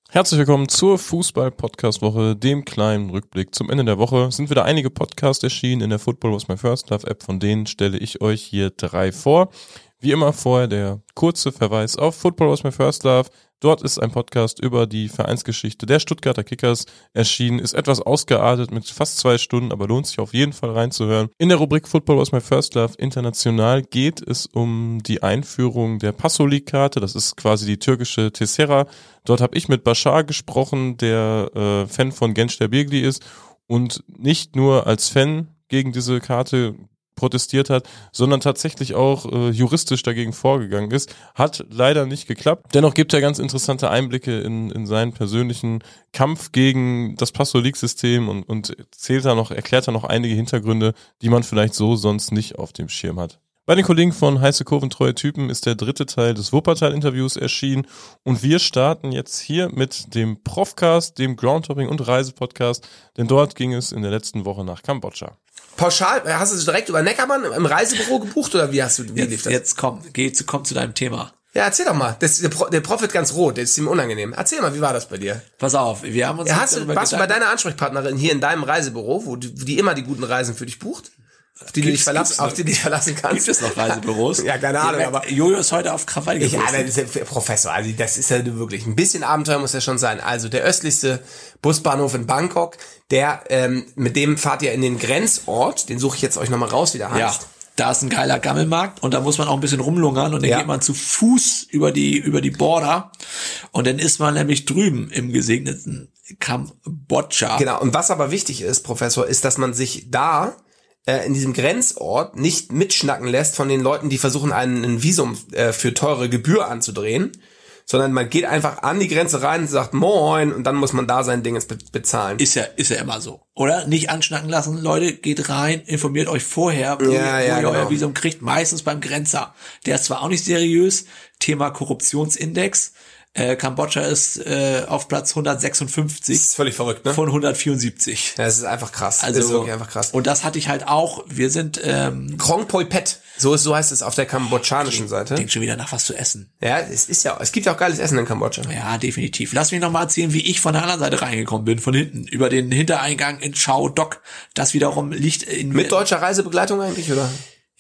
Herzlich willkommen zur Fußball-Podcast-Woche, dem kleinen Rückblick zum Ende der Woche. Es sind wieder einige Podcasts erschienen in der Football Was My First Love App, von denen stelle ich euch hier 3 vor. Wie immer vorher der kurze Verweis auf Football Was My First Love. Dort ist ein Podcast über die Vereinsgeschichte der Stuttgarter Kickers erschienen, ist etwas ausgeartet mit fast 2 Stunden, aber lohnt sich auf jeden Fall reinzuhören. In der Rubrik Football Was My First Love International geht es um die Einführung der Passo League-Karte, das ist quasi die türkische Tessera. Dort habe ich mit Bashar gesprochen, der Fan von Gençlerbirliğ ist und nicht nur als Fan gegen diese Karte protestiert hat, sondern tatsächlich auch juristisch dagegen vorgegangen ist. Hat leider nicht geklappt. Dennoch gibt er ganz interessante Einblicke in seinen persönlichen Kampf gegen das Passo-League-System und erklärt da noch einige Hintergründe, die man vielleicht so sonst nicht auf dem Schirm hat. Bei den Kollegen von Heiße Kurven Treue Typen ist der 3. Teil des Wuppertal-Interviews erschienen und wir starten jetzt hier mit dem Profcast, dem Groundhopping- und Reisepodcast, denn dort ging es in der letzten Woche nach Kambodscha. Pauschal, hast du es direkt über Neckermann im Reisebüro gebucht oder wie lief das? Jetzt komm zu deinem Thema. Ja, erzähl doch mal. Der Prof wird ganz rot, der ist ihm unangenehm. Erzähl mal, wie war das bei dir? Pass auf, wir haben uns... Warst du bei deiner Ansprechpartnerin hier in deinem Reisebüro, wo die immer die guten Reisen für dich bucht? Auf die du dich verlassen kannst. Gibt es noch Reisebüros? Ja, keine Ahnung, aber... Jojo ist heute auf Krawall gekommen. Ja, das ist ja Professor, also das ist ja wirklich ein bisschen Abenteuer muss ja schon sein. Also der östlichste Busbahnhof in Bangkok, der, mit dem fahrt ihr in den Grenzort, den suche ich jetzt euch nochmal raus, wie der heißt. Ja, da ist ein geiler Gammelmarkt und da muss man auch ein bisschen rumlungern und dann geht man zu Fuß über die Border und dann ist man nämlich drüben im gesegneten Kambodscha. Genau, und was aber wichtig ist, Professor, ist, dass man sich da in diesem Grenzort nicht mitschnacken lässt von den Leuten, die versuchen, ein Visum für teure Gebühr anzudrehen, sondern man geht einfach an die Grenze rein und sagt Moin und dann muss man da sein Ding bezahlen. Ist ja immer so, oder? Nicht anschnacken lassen, Leute, geht rein, informiert euch vorher, wo ihr euer Visum kriegt, meistens beim Grenzer. Der ist zwar auch nicht seriös, Thema Korruptionsindex, Kambodscha ist auf Platz 156. Das ist völlig verrückt, ne? Von 174. Ja, das ist einfach krass. Also, das ist wirklich einfach krass. Und das hatte ich halt auch. Wir sind Krong Poi Pet. So heißt es auf der kambodschanischen Seite. Klingt schon wieder nach was zu essen. Ja, es gibt ja auch geiles Essen in Kambodscha. Ja, definitiv. Lass mich noch mal erzählen, wie ich von der anderen Seite reingekommen bin, von hinten, über den Hintereingang in Chao Doc. Das wiederum liegt in... Mit deutscher Reisebegleitung eigentlich, oder?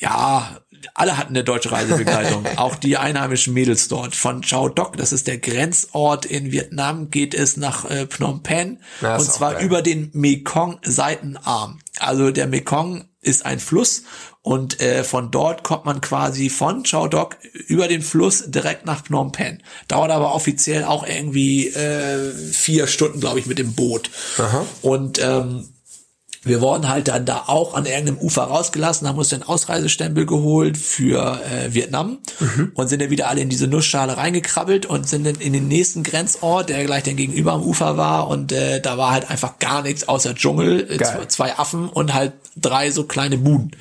Ja, alle hatten eine deutsche Reisebegleitung, auch die einheimischen Mädels dort. Von Chao Doc, das ist der Grenzort in Vietnam, geht es nach Phnom Penh und zwar über den Mekong-Seitenarm. Also der Mekong ist ein Fluss und von dort kommt man quasi von Chao Doc über den Fluss direkt nach Phnom Penh. Dauert aber offiziell auch irgendwie 4 Stunden, glaube ich, mit dem Boot. Aha. Und wir wurden halt dann da auch an irgendeinem Ufer rausgelassen, haben uns den Ausreisestempel geholt für Vietnam und sind dann wieder alle in diese Nussschale reingekrabbelt und sind dann in den nächsten Grenzort, der gleich dann gegenüber am Ufer war und da war halt einfach gar nichts außer Dschungel, 2 Affen und halt 3 so kleine Buden.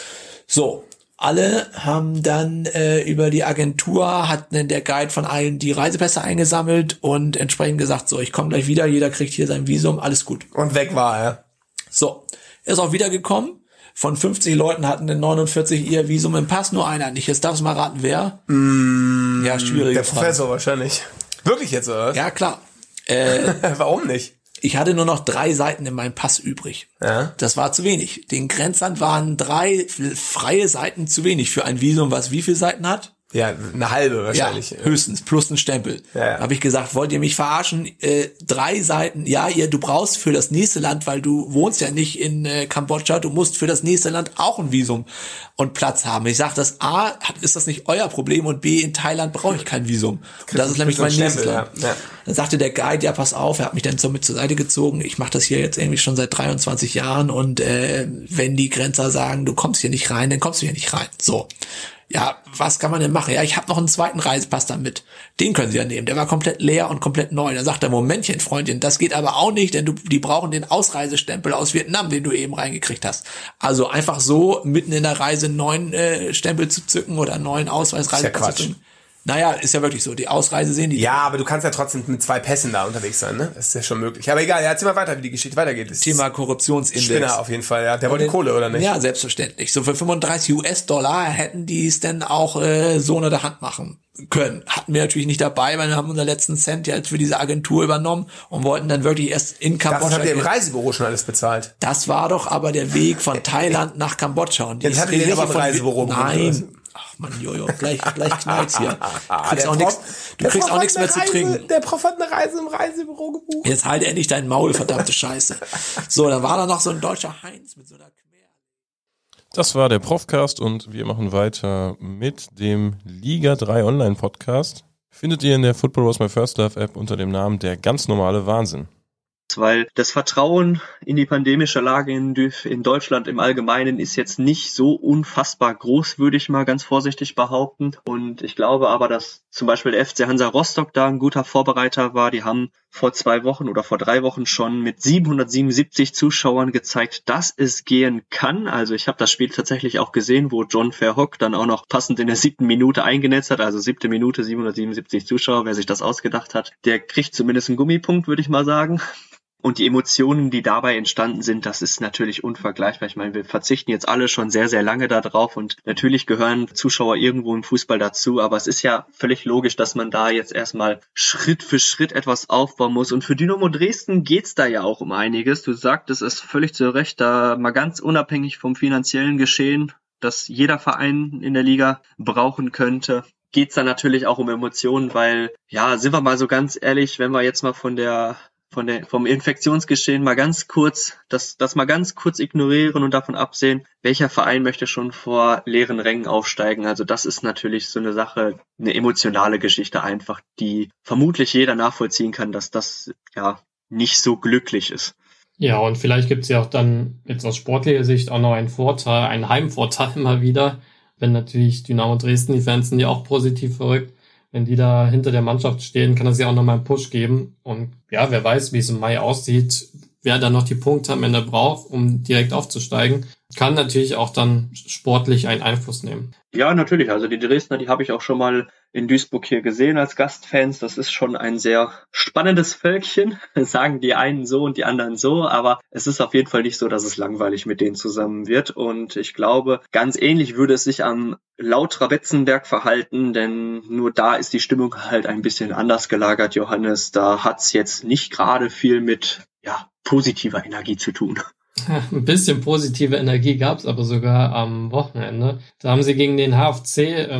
So. Alle haben dann über die Agentur, hat dann der Guide von allen die Reisepässe eingesammelt und entsprechend gesagt, so, ich komme gleich wieder, jeder kriegt hier sein Visum, alles gut. Und weg war er. So, er ist auch wiedergekommen. Von 50 Leuten hatten dann 49 ihr Visum im Pass, nur einer nicht. Jetzt darfst du mal raten, wer? Ja, schwierig. Der Professor wahrscheinlich. Wirklich jetzt, oder was? Ja, klar. Warum nicht? Ich hatte nur noch 3 Seiten in meinem Pass übrig. Ja. Das war zu wenig. Den Grenzland waren 3 freie Seiten zu wenig für ein Visum, was wie viele Seiten hat? Ja, eine halbe wahrscheinlich. Ja, höchstens, plus ein Stempel. Ja. Habe ich gesagt, wollt ihr mich verarschen? 3 Seiten, ja, du brauchst für das nächste Land, weil du wohnst ja nicht in Kambodscha, du musst für das nächste Land auch ein Visum und Platz haben. Ich sage, das A, ist das nicht euer Problem und B, in Thailand brauche ich kein Visum. Und das ist nämlich mein nächstes Land. Ja. Dann sagte der Guide, ja, pass auf, er hat mich dann so mit zur Seite gezogen. Ich mache das hier jetzt irgendwie schon seit 23 Jahren und wenn die Grenzer sagen, du kommst hier nicht rein, dann kommst du hier nicht rein. So. Ja, was kann man denn machen? Ja, ich habe noch einen zweiten Reisepass damit. Den können Sie ja nehmen. Der war komplett leer und komplett neu. Dann sagt er, Momentchen, Freundin, das geht aber auch nicht, denn die brauchen den Ausreisestempel aus Vietnam, den du eben reingekriegt hast. Also einfach so mitten in der Reise einen neuen Stempel zu zücken oder einen neuen Ausweis ja Quatsch. zu zücken. Naja, ist ja wirklich so. Die Ausreise sehen die. Ja, aber du kannst ja trotzdem mit 2 Pässen da unterwegs sein, ne? Das ist ja schon möglich. Aber egal, erzähl mal weiter, wie die Geschichte weitergeht. Das Thema Korruptionsindex. Spinner auf jeden Fall, ja. Der wollte Kohle, oder nicht? Ja, selbstverständlich. So für $35 hätten die es dann auch so unter der Hand machen können. Hatten wir natürlich nicht dabei, weil wir haben unseren letzten Cent ja jetzt für diese Agentur übernommen und wollten dann wirklich erst in Kambodscha. Das habt ihr im Reisebüro schon alles bezahlt. Das war doch aber der Weg von Thailand nach Kambodscha. Und jetzt hattet ihr nicht im Reisebüro Nein. Ach man, Jojo, gleich knallt's hier. Du kriegst auch nichts mehr zu trinken. Der Prof hat eine Reise im Reisebüro gebucht. Jetzt halt endlich dein Maul, verdammte Scheiße. So, dann war da noch so ein deutscher Heinz mit so einer Quer. Das war der Profcast und wir machen weiter mit dem Liga 3 Online Podcast. Findet ihr in der Football Was My First Love App unter dem Namen Der ganz normale Wahnsinn. Weil das Vertrauen in die pandemische Lage in Deutschland im Allgemeinen ist jetzt nicht so unfassbar groß, würde ich mal ganz vorsichtig behaupten. Und ich glaube aber, dass zum Beispiel der FC Hansa Rostock da ein guter Vorbereiter war. Die haben vor 2 Wochen oder vor 3 Wochen schon mit 777 Zuschauern gezeigt, dass es gehen kann. Also ich habe das Spiel tatsächlich auch gesehen, wo John Verhoek dann auch noch passend in der 7. Minute eingenetzt hat. Also 7. Minute, 777 Zuschauer. Wer sich das ausgedacht hat, der kriegt zumindest einen Gummipunkt, würde ich mal sagen. Und die Emotionen, die dabei entstanden sind, das ist natürlich unvergleichbar. Ich meine, wir verzichten jetzt alle schon sehr, sehr lange da drauf und natürlich gehören Zuschauer irgendwo im Fußball dazu, aber es ist ja völlig logisch, dass man da jetzt erstmal Schritt für Schritt etwas aufbauen muss. Und für Dynamo Dresden geht's da ja auch um einiges. Du sagtest es völlig zu Recht, da mal ganz unabhängig vom finanziellen Geschehen, das jeder Verein in der Liga brauchen könnte, geht's da natürlich auch um Emotionen, weil, ja, sind wir mal so ganz ehrlich, wenn wir jetzt mal vom Infektionsgeschehen mal ganz kurz, das mal ganz kurz ignorieren und davon absehen, welcher Verein möchte schon vor leeren Rängen aufsteigen. Also das ist natürlich so eine Sache, eine emotionale Geschichte einfach, die vermutlich jeder nachvollziehen kann, dass das ja nicht so glücklich ist. Ja, und vielleicht gibt's ja auch dann jetzt aus sportlicher Sicht auch noch einen Vorteil, einen Heimvorteil immer wieder, wenn natürlich Dynamo Dresden, die Fans sind ja auch positiv verrückt. Wenn die da hinter der Mannschaft stehen, kann das ja auch nochmal einen Push geben. Und ja, wer weiß, wie es im Mai aussieht, wer dann noch die Punkte am Ende braucht, um direkt aufzusteigen, kann natürlich auch dann sportlich einen Einfluss nehmen. Ja, natürlich. Also die Dresdner, die habe ich auch schon mal in Duisburg hier gesehen als Gastfans. Das ist schon ein sehr spannendes Völkchen. Sagen die einen so und die anderen so. Aber es ist auf jeden Fall nicht so, dass es langweilig mit denen zusammen wird. Und ich glaube, ganz ähnlich würde es sich am Lautra-Betzenberg verhalten. Denn nur da ist die Stimmung halt ein bisschen anders gelagert, Johannes. Da hat's jetzt nicht gerade viel mit positiver Energie zu tun. Ein bisschen positive Energie gab's aber sogar am Wochenende. Da haben sie gegen den HFC,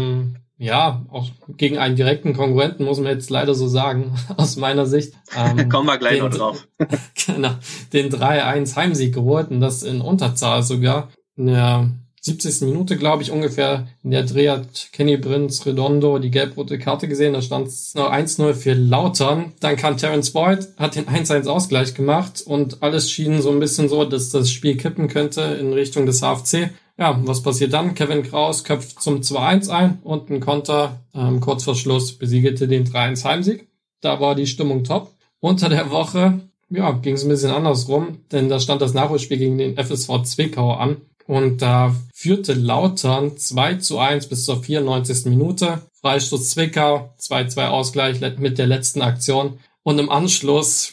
auch gegen einen direkten Konkurrenten, muss man jetzt leider so sagen, aus meiner Sicht. Kommen wir gleich noch drauf. Genau, den 3-1 Heimsieg geholt und das in Unterzahl sogar. In der 70. Minute, glaube ich, ungefähr. In der Dreh hat Kenny Prinz Redondo die gelb-rote Karte gesehen. Da stand es noch 1-0 für Lautern. Dann kam Terence Boyd, hat den 1-1 Ausgleich gemacht und alles schien so ein bisschen so, dass das Spiel kippen könnte in Richtung des HFC. Ja, was passiert dann? Kevin Kraus köpft zum 2-1 ein und ein Konter kurz vor Schluss besiegelte den 3-1 Heimsieg. Da war die Stimmung top. Unter der Woche, ging es ein bisschen andersrum, denn da stand das Nachholspiel gegen den FSV Zwickau an. Und da führte Lautern 2-1 bis zur 94. Minute. Freistoß Zwickau, 2-2 Ausgleich mit der letzten Aktion. Und im Anschluss,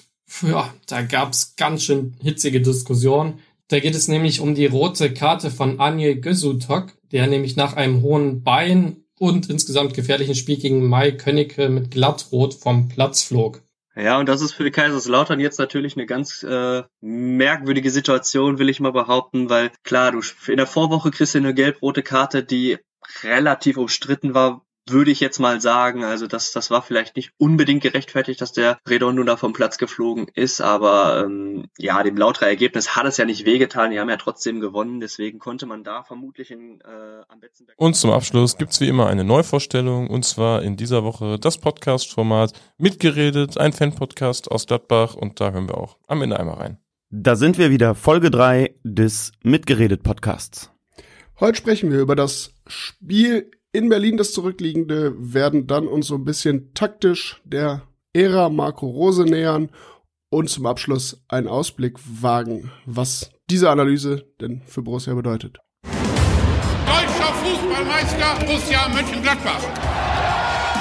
da gab's ganz schön hitzige Diskussionen. Da geht es nämlich um die rote Karte von Anje Gösutok, der nämlich nach einem hohen Bein und insgesamt gefährlichen Spiel gegen Mai Könnecke mit Glattrot vom Platz flog. Ja, und das ist für die Kaiserslautern jetzt natürlich eine ganz merkwürdige Situation, will ich mal behaupten, weil klar, du in der Vorwoche kriegst du eine gelb-rote Karte, die relativ umstritten war, würde ich jetzt mal sagen. Also das war vielleicht nicht unbedingt gerechtfertigt, dass der Redondo da vom Platz geflogen ist, aber dem Lauterer Ergebnis hat es ja nicht wehgetan. Die haben ja trotzdem gewonnen, deswegen konnte man da vermutlich am Betzenberg... Und zum Abschluss gibt's wie immer eine Neuvorstellung, und zwar in dieser Woche das Podcast-Format Mitgeredet, ein Fan-Podcast aus Gladbach, und da hören wir auch am Ende einmal rein. Da sind wir wieder, Folge 3 des Mitgeredet-Podcasts. Heute sprechen wir über das Spiel in Berlin, das zurückliegende, werden dann uns so ein bisschen taktisch der Ära Marco Rose nähern und zum Abschluss einen Ausblick wagen, was diese Analyse denn für Borussia bedeutet. Deutscher Fußballmeister Borussia Mönchengladbach.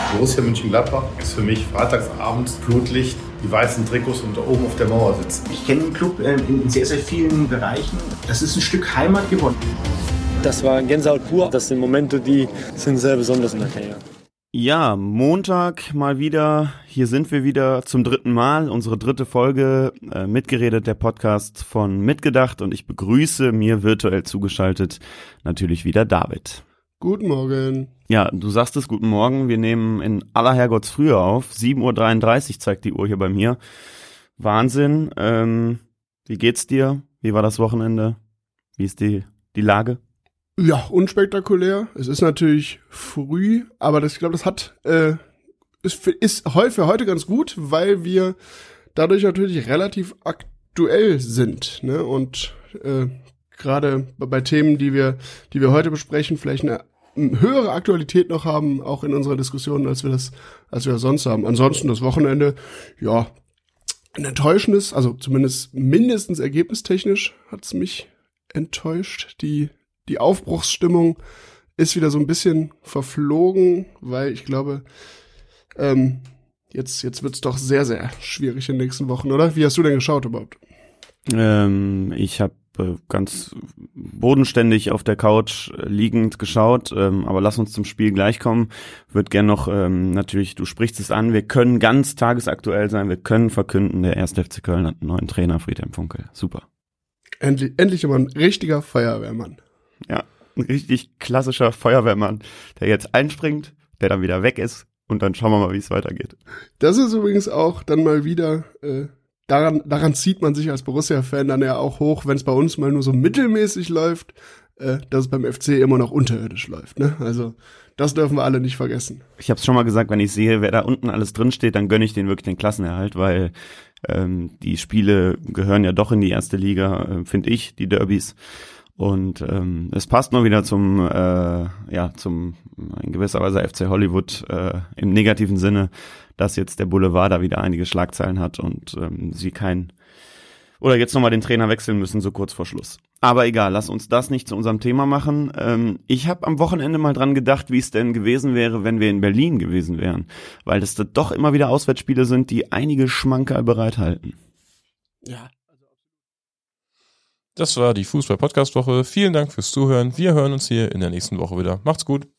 Borussia Mönchengladbach ist für mich freitagsabends Flutlicht, die weißen Trikots und da oben auf der Mauer sitzen. Ich kenne den Club in sehr, sehr vielen Bereichen. Das ist ein Stück Heimat geworden. Das war Gänsehaut pur. Das sind Momente, die sind sehr besonders in der Karriere. Ja, Montag mal wieder. Hier sind wir wieder zum 3. Mal. Unsere 3. Folge, Mitgeredet, der Podcast von Mitgedacht. Und ich begrüße mir virtuell zugeschaltet natürlich wieder David. Guten Morgen. Ja, du sagst es, guten Morgen. Wir nehmen in aller Herrgottsfrühe auf. 7:33 Uhr zeigt die Uhr hier bei mir. Wahnsinn. Wie geht's dir? Wie war das Wochenende? Wie ist die Lage? Ja, unspektakulär. Es ist natürlich früh, aber ich glaube, das ist für heute ganz gut, weil wir dadurch natürlich relativ aktuell sind, ne? Und gerade bei Themen, die wir heute besprechen, vielleicht eine höhere Aktualität noch haben, auch in unserer Diskussion, als wir das sonst haben. Ansonsten das Wochenende, ja, ein enttäuschendes, also zumindest mindestens ergebnistechnisch hat's mich enttäuscht. Die Aufbruchsstimmung ist wieder so ein bisschen verflogen, weil ich glaube, jetzt wird's doch sehr, sehr schwierig in den nächsten Wochen, oder? Wie hast du denn geschaut überhaupt? Ich habe ganz bodenständig auf der Couch liegend geschaut, aber lass uns zum Spiel gleich kommen. Würde gern noch, natürlich, du sprichst es an, wir können ganz tagesaktuell sein, wir können verkünden, der 1. FC Köln hat einen neuen Trainer, Friedhelm Funkel. Super. Endlich aber ein richtiger Feuerwehrmann. Ja, ein richtig klassischer Feuerwehrmann, der jetzt einspringt, der dann wieder weg ist und dann schauen wir mal, wie es weitergeht. Das ist übrigens auch dann mal wieder, daran zieht man sich als Borussia-Fan dann ja auch hoch, wenn es bei uns mal nur so mittelmäßig läuft, dass es beim FC immer noch unterirdisch läuft, ne? Also das dürfen wir alle nicht vergessen. Ich habe es schon mal gesagt, wenn ich sehe, wer da unten alles drin steht, dann gönne ich denen wirklich den Klassenerhalt, weil die Spiele gehören ja doch in die erste Liga, finde ich, die Derbys. Und es passt nur wieder zum in gewisser Weise FC Hollywood im negativen Sinne, dass jetzt der Boulevard da wieder einige Schlagzeilen hat und sie jetzt nochmal den Trainer wechseln müssen, so kurz vor Schluss. Aber egal, lass uns das nicht zu unserem Thema machen. Ich habe am Wochenende mal dran gedacht, wie es denn gewesen wäre, wenn wir in Berlin gewesen wären, weil das da doch immer wieder Auswärtsspiele sind, die einige Schmankerl bereithalten. Ja. Das war die Fußball-Podcast-Woche. Vielen Dank fürs Zuhören. Wir hören uns hier in der nächsten Woche wieder. Macht's gut.